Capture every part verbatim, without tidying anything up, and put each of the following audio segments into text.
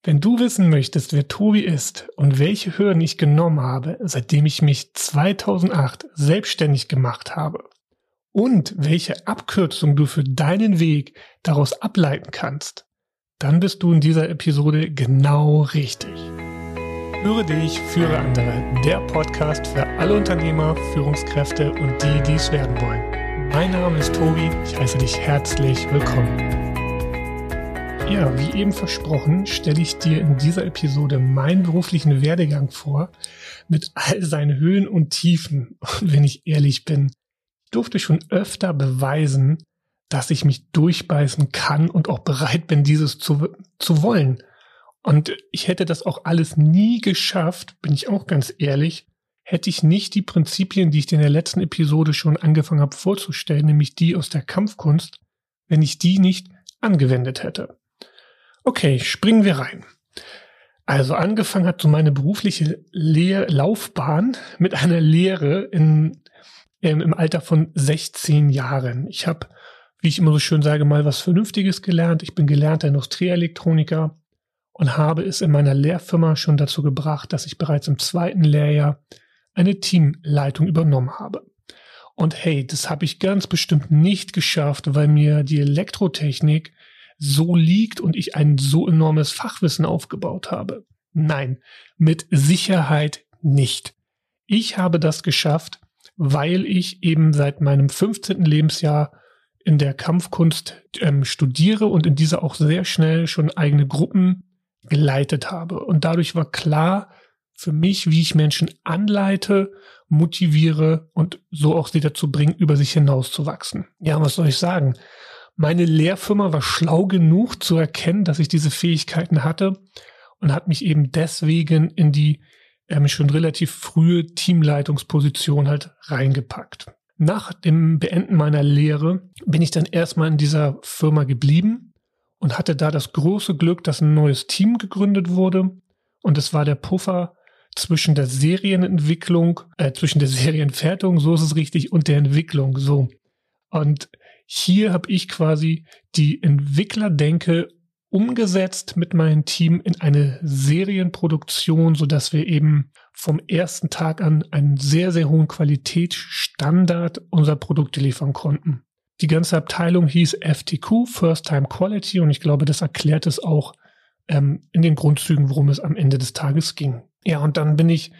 Wenn du wissen möchtest, wer Tobi ist und welche Hürden ich genommen habe, seitdem ich mich zweitausendacht selbstständig gemacht habe und welche Abkürzung du für deinen Weg daraus ableiten kannst, dann bist du in dieser Episode genau richtig. Führe dich, führe andere, der Podcast für alle Unternehmer, Führungskräfte und die, die es werden wollen. Mein Name ist Tobi, ich heiße dich herzlich willkommen. Ja, wie eben versprochen, stelle ich dir in dieser Episode meinen beruflichen Werdegang vor, mit all seinen Höhen und Tiefen. Und wenn ich ehrlich bin, durfte ich schon öfter beweisen, dass ich mich durchbeißen kann und auch bereit bin, dieses zu, zu wollen. Und ich hätte das auch alles nie geschafft, bin ich auch ganz ehrlich, hätte ich nicht die Prinzipien, die ich dir in der letzten Episode schon angefangen habe vorzustellen, nämlich die aus der Kampfkunst, wenn ich die nicht angewendet hätte. Okay, springen wir rein. Also angefangen hat so meine berufliche Lehr- Laufbahn mit einer Lehre in, ähm, im Alter von sechzehn Jahren. Ich habe, wie ich immer so schön sage, mal was Vernünftiges gelernt. Ich bin gelernter Industrieelektroniker und habe es in meiner Lehrfirma schon dazu gebracht, dass ich bereits im zweiten Lehrjahr eine Teamleitung übernommen habe. Und hey, das habe ich ganz bestimmt nicht geschafft, weil mir die Elektrotechnik so liegt und ich ein so enormes Fachwissen aufgebaut habe. Nein, mit Sicherheit nicht. Ich habe das geschafft, weil ich eben seit meinem fünfzehnten Lebensjahr in der Kampfkunst ähm, studiere und in dieser auch sehr schnell schon eigene Gruppen geleitet habe. Und dadurch war klar für mich, wie ich Menschen anleite, motiviere und so auch sie dazu bringe, über sich hinauszuwachsen. Ja, was soll ich sagen? Meine Lehrfirma war schlau genug zu erkennen, dass ich diese Fähigkeiten hatte und hat mich eben deswegen in die ähm, schon relativ frühe Teamleitungsposition halt reingepackt. Nach dem Beenden meiner Lehre bin ich dann erstmal in dieser Firma geblieben und hatte da das große Glück, dass ein neues Team gegründet wurde und es war der Puffer zwischen der Serienentwicklung, äh, zwischen der Serienfertigung, so ist es richtig, und der Entwicklung, so. Und hier habe ich quasi die Entwicklerdenke umgesetzt mit meinem Team in eine Serienproduktion, sodass wir eben vom ersten Tag an einen sehr, sehr hohen Qualitätsstandard unserer Produkte liefern konnten. Die ganze Abteilung hieß F T Q, First Time Quality, und ich glaube, das erklärt es auch ähm, in den Grundzügen, worum es am Ende des Tages ging. Ja, und dann bin ich,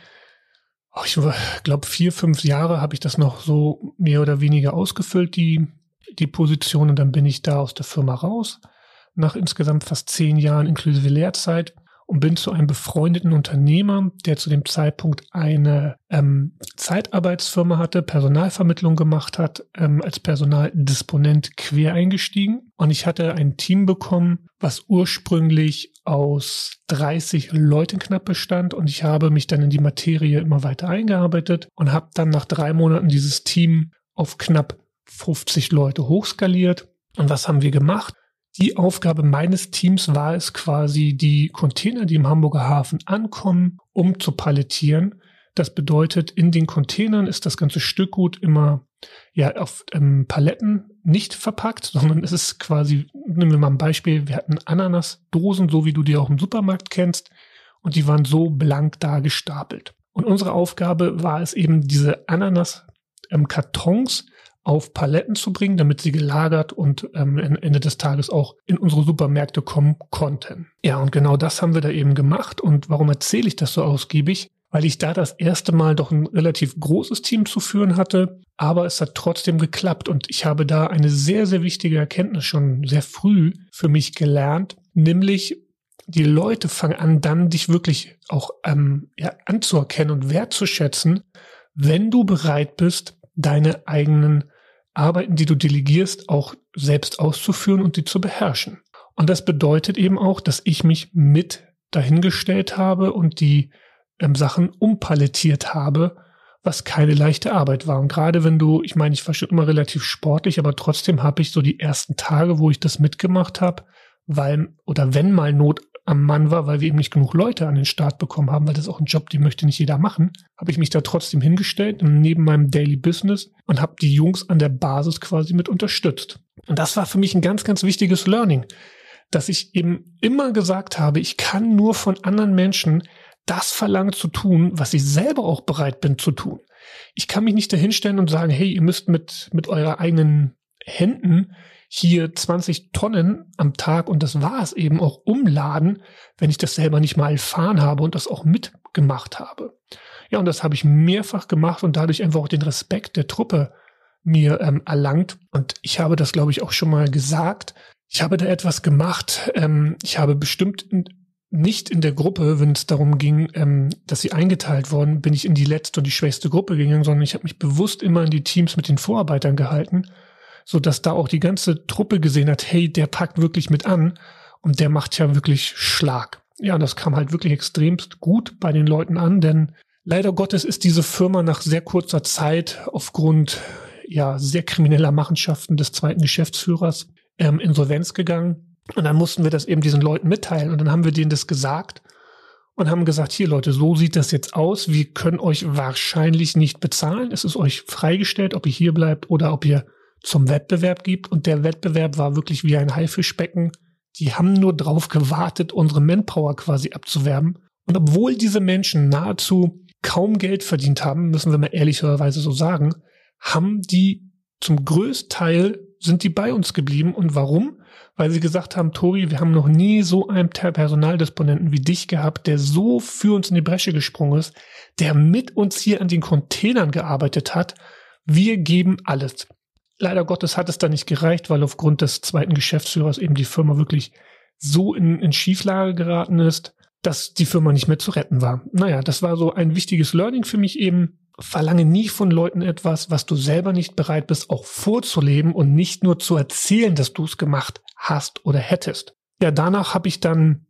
oh, ich glaube, vier, fünf Jahre habe ich das noch so mehr oder weniger ausgefüllt, die die Position, und dann bin ich da aus der Firma raus, nach insgesamt fast zehn Jahren inklusive Lehrzeit, und bin zu einem befreundeten Unternehmer, der zu dem Zeitpunkt eine ähm, Zeitarbeitsfirma hatte, Personalvermittlung gemacht hat, ähm, als Personaldisponent quer eingestiegen. Und ich hatte ein Team bekommen, was ursprünglich aus dreißig Leuten knapp bestand, und ich habe mich dann in die Materie immer weiter eingearbeitet und habe dann nach drei Monaten dieses Team auf knapp fünfzig Leute hochskaliert. Und was haben wir gemacht? Die Aufgabe meines Teams war es quasi, die Container, die im Hamburger Hafen ankommen, umzupalettieren. Das bedeutet, in den Containern ist das ganze Stückgut immer ja auf ähm, Paletten nicht verpackt, sondern es ist quasi, nehmen wir mal ein Beispiel, wir hatten Ananasdosen, so wie du die auch im Supermarkt kennst, und die waren so blank da gestapelt. Und unsere Aufgabe war es eben, diese Ananas-Kartons auf Paletten zu bringen, damit sie gelagert und ähm, Ende des Tages auch in unsere Supermärkte kommen konnten. Ja, und genau das haben wir da eben gemacht. Und warum erzähle ich das so ausgiebig? Weil ich da das erste Mal doch ein relativ großes Team zu führen hatte, aber es hat trotzdem geklappt. Und ich habe da eine sehr, sehr wichtige Erkenntnis schon sehr früh für mich gelernt, nämlich die Leute fangen an, dann dich wirklich auch ähm, ja, anzuerkennen und wertzuschätzen, wenn du bereit bist, deine eigenen Arbeiten, die du delegierst, auch selbst auszuführen und die zu beherrschen. Und das bedeutet eben auch, dass ich mich mit dahingestellt habe und die ähm, Sachen umpalettiert habe, was keine leichte Arbeit war. Und gerade wenn du, ich meine, ich war schon immer relativ sportlich, aber trotzdem habe ich so die ersten Tage, wo ich das mitgemacht habe, weil, oder wenn mal Not am Mann war, weil wir eben nicht genug Leute an den Start bekommen haben, weil das ist auch ein Job, den möchte nicht jeder machen, habe ich mich da trotzdem hingestellt, neben meinem Daily Business, und habe die Jungs an der Basis quasi mit unterstützt. Und das war für mich ein ganz, ganz wichtiges Learning. dass ich eben immer gesagt habe, ich kann nur von anderen Menschen das verlangen zu tun, was ich selber auch bereit bin zu tun. Ich kann mich nicht dahinstellen und sagen, hey, ihr müsst mit, mit eurer eigenen Händen hier zwanzig Tonnen am Tag und das war es eben auch umladen, wenn ich das selber nicht mal erfahren habe und das auch mitgemacht habe. Ja, und das habe ich mehrfach gemacht und dadurch einfach auch den Respekt der Truppe mir ähm, erlangt. Und ich habe das, glaube ich, auch schon mal gesagt. Ich habe da etwas gemacht. Ähm, ich habe bestimmt in, nicht in der Gruppe, wenn es darum ging, ähm, dass sie eingeteilt wurden, bin ich in die letzte und die schwächste Gruppe gegangen, sondern ich habe mich bewusst immer in die Teams mit den Vorarbeitern gehalten, so dass da auch die ganze Truppe gesehen hat, hey, der packt wirklich mit an und der macht ja wirklich Schlag. Ja, und das kam halt wirklich extremst gut bei den Leuten an, denn leider Gottes ist diese Firma nach sehr kurzer Zeit aufgrund ja sehr krimineller Machenschaften des zweiten Geschäftsführers ähm, Insolvenz gegangen. Und dann mussten wir das eben diesen Leuten mitteilen und dann haben wir denen das gesagt und haben gesagt, hier Leute, so sieht das jetzt aus. Wir können euch wahrscheinlich nicht bezahlen. Es ist euch freigestellt, ob ihr hier bleibt oder ob ihr zum Wettbewerb gibt. Und der Wettbewerb war wirklich wie ein Haifischbecken. Die haben nur drauf gewartet, unsere Manpower quasi abzuwerben. Und obwohl diese Menschen nahezu kaum Geld verdient haben, müssen wir mal ehrlicherweise so sagen, haben die zum größten Teil sind die bei uns geblieben. Und warum? Weil sie gesagt haben, Tobi, wir haben noch nie so einen Personaldisponenten wie dich gehabt, der so für uns in die Bresche gesprungen ist, der mit uns hier an den Containern gearbeitet hat. Wir geben alles. Leider Gottes hat es da nicht gereicht, weil aufgrund des zweiten Geschäftsführers eben die Firma wirklich so in, in Schieflage geraten ist, dass die Firma nicht mehr zu retten war. Naja, das war so ein wichtiges Learning für mich eben. Verlange nie von Leuten etwas, was du selber nicht bereit bist, auch vorzuleben und nicht nur zu erzählen, dass du es gemacht hast oder hättest. Ja, danach habe ich dann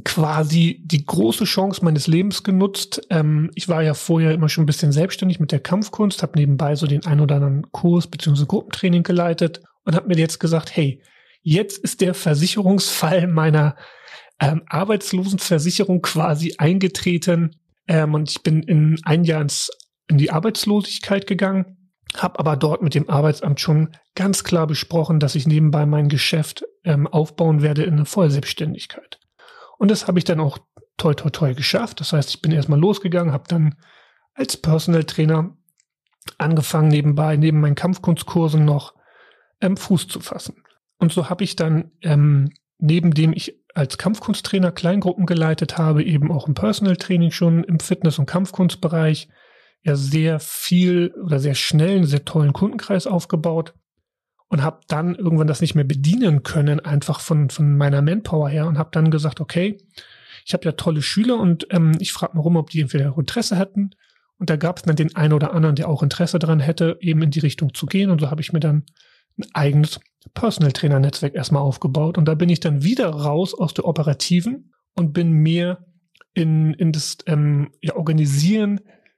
quasi die große Chance meines Lebens genutzt. Ähm, ich war ja vorher immer schon ein bisschen selbstständig mit der Kampfkunst, habe nebenbei so den ein oder anderen Kurs bzw. Gruppentraining geleitet und habe mir jetzt gesagt, hey, jetzt ist der Versicherungsfall meiner ähm, Arbeitslosenversicherung quasi eingetreten ähm, und ich bin in ein Jahr ins, in die Arbeitslosigkeit gegangen, habe aber dort mit dem Arbeitsamt schon ganz klar besprochen, dass ich nebenbei mein Geschäft ähm, aufbauen werde in eine Vollselbstständigkeit. Und das habe ich dann auch toi toi toi geschafft. Das heißt, ich bin erstmal losgegangen, habe dann als Personal Trainer angefangen, nebenbei, neben meinen Kampfkunstkursen noch ähm, Fuß zu fassen. Und so habe ich dann, ähm, neben dem ich als Kampfkunsttrainer Kleingruppen geleitet habe, eben auch im Personal Training schon im Fitness- und Kampfkunstbereich, ja sehr viel oder sehr schnell einen sehr tollen Kundenkreis aufgebaut. Und habe dann irgendwann das nicht mehr bedienen können, einfach von von meiner Manpower her und habe dann gesagt, okay, ich habe ja tolle Schüler und ähm, ich frage mal rum, ob die entweder Interesse hätten. Und da gab es dann den einen oder anderen, der auch Interesse daran hätte, eben in die Richtung zu gehen. Und so habe ich mir dann ein eigenes Personal-Trainer-Netzwerk erstmal aufgebaut. Und da bin ich dann wieder raus aus der Operativen und bin mehr in, in das ähm, ja, Organisieren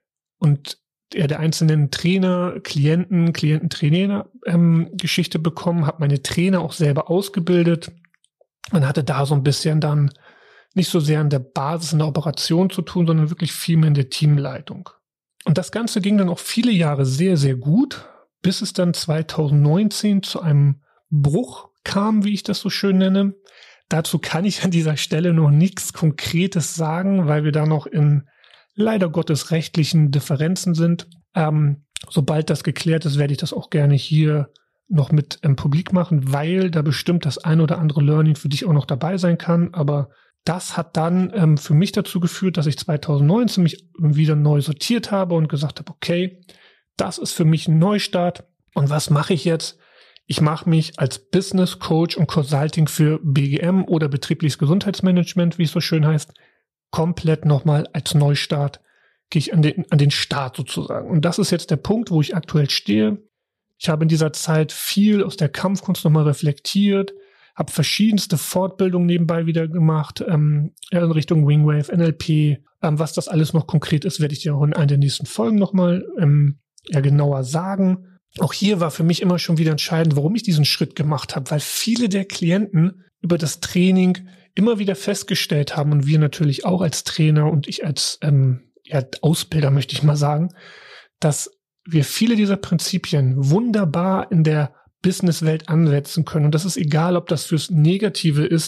und der, der einzelnen Trainer, Klienten, Kliententrainer-Geschichte ähm, bekommen, habe meine Trainer auch selber ausgebildet und hatte da so ein bisschen dann nicht so sehr an der Basis in der Operation zu tun, sondern wirklich viel mehr in der Teamleitung. Und das Ganze ging dann auch viele Jahre sehr, sehr gut, bis es dann zwanzig neunzehn zu einem Bruch kam, wie ich das so schön nenne. Dazu kann ich an dieser Stelle noch nichts Konkretes sagen, weil wir da noch in leider Gottes rechtlichen Differenzen sind. Ähm, sobald das geklärt ist, werde ich das auch gerne hier noch mit ähm, publik machen, weil da bestimmt das ein oder andere Learning für dich auch noch dabei sein kann. Aber das hat dann ähm, für mich dazu geführt, dass ich zwanzig neunzehn mich wieder neu sortiert habe und gesagt habe, okay, das ist für mich ein Neustart. Und was mache ich jetzt? Ich mache mich als Business Coach und Consulting für B G M oder betriebliches Gesundheitsmanagement, wie es so schön heißt, komplett nochmal als Neustart, gehe ich an den, an den Start sozusagen. Und das ist jetzt der Punkt, wo ich aktuell stehe. Ich habe in dieser Zeit viel aus der Kampfkunst nochmal reflektiert, habe verschiedenste Fortbildungen nebenbei wieder gemacht, ähm, in Richtung Wingwave, N L P. Ähm, was das alles noch konkret ist, werde ich dir auch in einer der nächsten Folgen nochmal ähm, ja, genauer sagen. Auch hier war für mich immer schon wieder entscheidend, warum ich diesen Schritt gemacht habe, weil viele der Klienten über das Training immer wieder festgestellt haben und wir natürlich auch als Trainer und ich als ähm, ja, Ausbilder, möchte ich mal sagen, dass wir viele dieser Prinzipien wunderbar in der Businesswelt ansetzen können. Und das ist egal, ob das fürs Negative ist,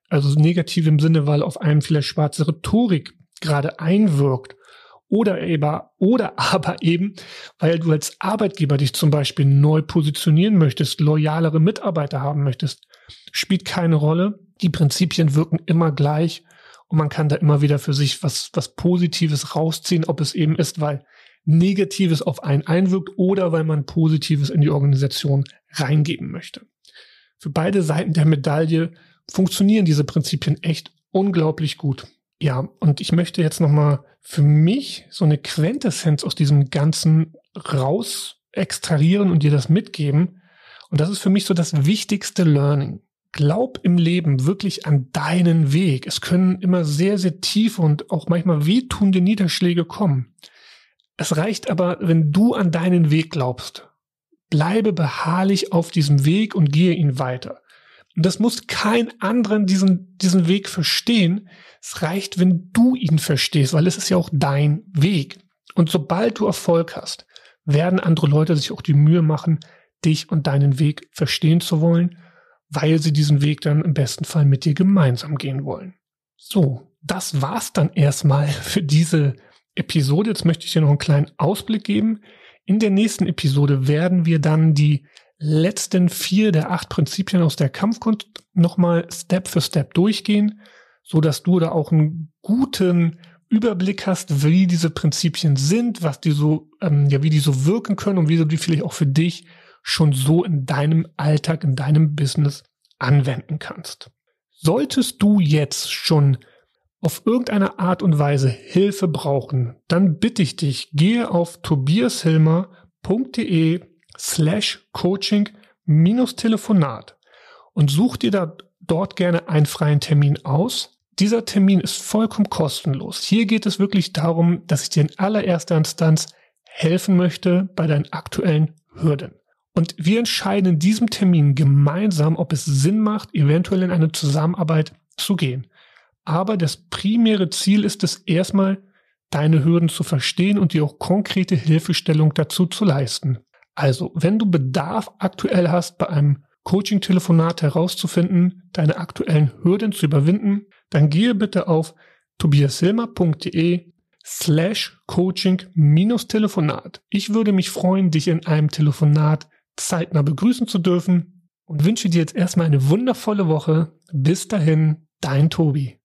Also negativ im Sinne, weil auf einen vielleicht schwarze Rhetorik gerade einwirkt. Oder eben, oder aber eben, weil du als Arbeitgeber dich zum Beispiel neu positionieren möchtest, loyalere Mitarbeiter haben möchtest, spielt keine Rolle. Die Prinzipien wirken immer gleich und man kann da immer wieder für sich was, was Positives rausziehen, ob es eben ist, weil Negatives auf einen einwirkt oder weil man Positives in die Organisation reingeben möchte. Für beide Seiten der Medaille funktionieren diese Prinzipien echt unglaublich gut. Ja, und ich möchte jetzt nochmal für mich so eine Quintessenz aus diesem Ganzen raus extrahieren und dir das mitgeben. Und das ist für mich so das wichtigste Learning. Glaub im Leben wirklich an deinen Weg. Es können immer sehr, sehr tiefe und auch manchmal wehtuende Niederschläge kommen. Es reicht aber, wenn du an deinen Weg glaubst. Bleibe beharrlich auf diesem Weg und gehe ihn weiter. Und das muss kein anderen diesen, diesen Weg verstehen. Es reicht, wenn du ihn verstehst, weil es ist ja auch dein Weg. Und sobald du Erfolg hast, werden andere Leute sich auch die Mühe machen, dich und deinen Weg verstehen zu wollen, weil sie diesen Weg dann im besten Fall mit dir gemeinsam gehen wollen. So, das war's dann erstmal für diese Episode. Jetzt möchte ich dir noch einen kleinen Ausblick geben. In der nächsten Episode werden wir dann die letzten vier der acht Prinzipien aus der Kampfkunst nochmal Step für Step durchgehen, so dass du da auch einen guten Überblick hast, wie diese Prinzipien sind, was die so, ähm, ja, wie die so wirken können und wie du die vielleicht auch für dich schon so in deinem Alltag, in deinem Business anwenden kannst. Solltest du jetzt schon auf irgendeine Art und Weise Hilfe brauchen, dann bitte ich dich, gehe auf tobiashilmer.de slash coaching minus Telefonat und such dir da dort gerne einen freien Termin aus. Dieser Termin ist vollkommen kostenlos. Hier geht es wirklich darum, dass ich dir in allererster Instanz helfen möchte bei deinen aktuellen Hürden. Und wir entscheiden in diesem Termin gemeinsam, ob es Sinn macht, eventuell in eine Zusammenarbeit zu gehen. Aber das primäre Ziel ist es erstmal, deine Hürden zu verstehen und dir auch konkrete Hilfestellung dazu zu leisten. Also, wenn du Bedarf aktuell hast, bei einem Coaching-Telefonat herauszufinden, deine aktuellen Hürden zu überwinden, dann gehe bitte auf tobiashilmer.de slash coaching minus Telefonat. Ich würde mich freuen, dich in einem Telefonat zeitnah begrüßen zu dürfen und wünsche dir jetzt erstmal eine wundervolle Woche. Bis dahin, dein Tobi.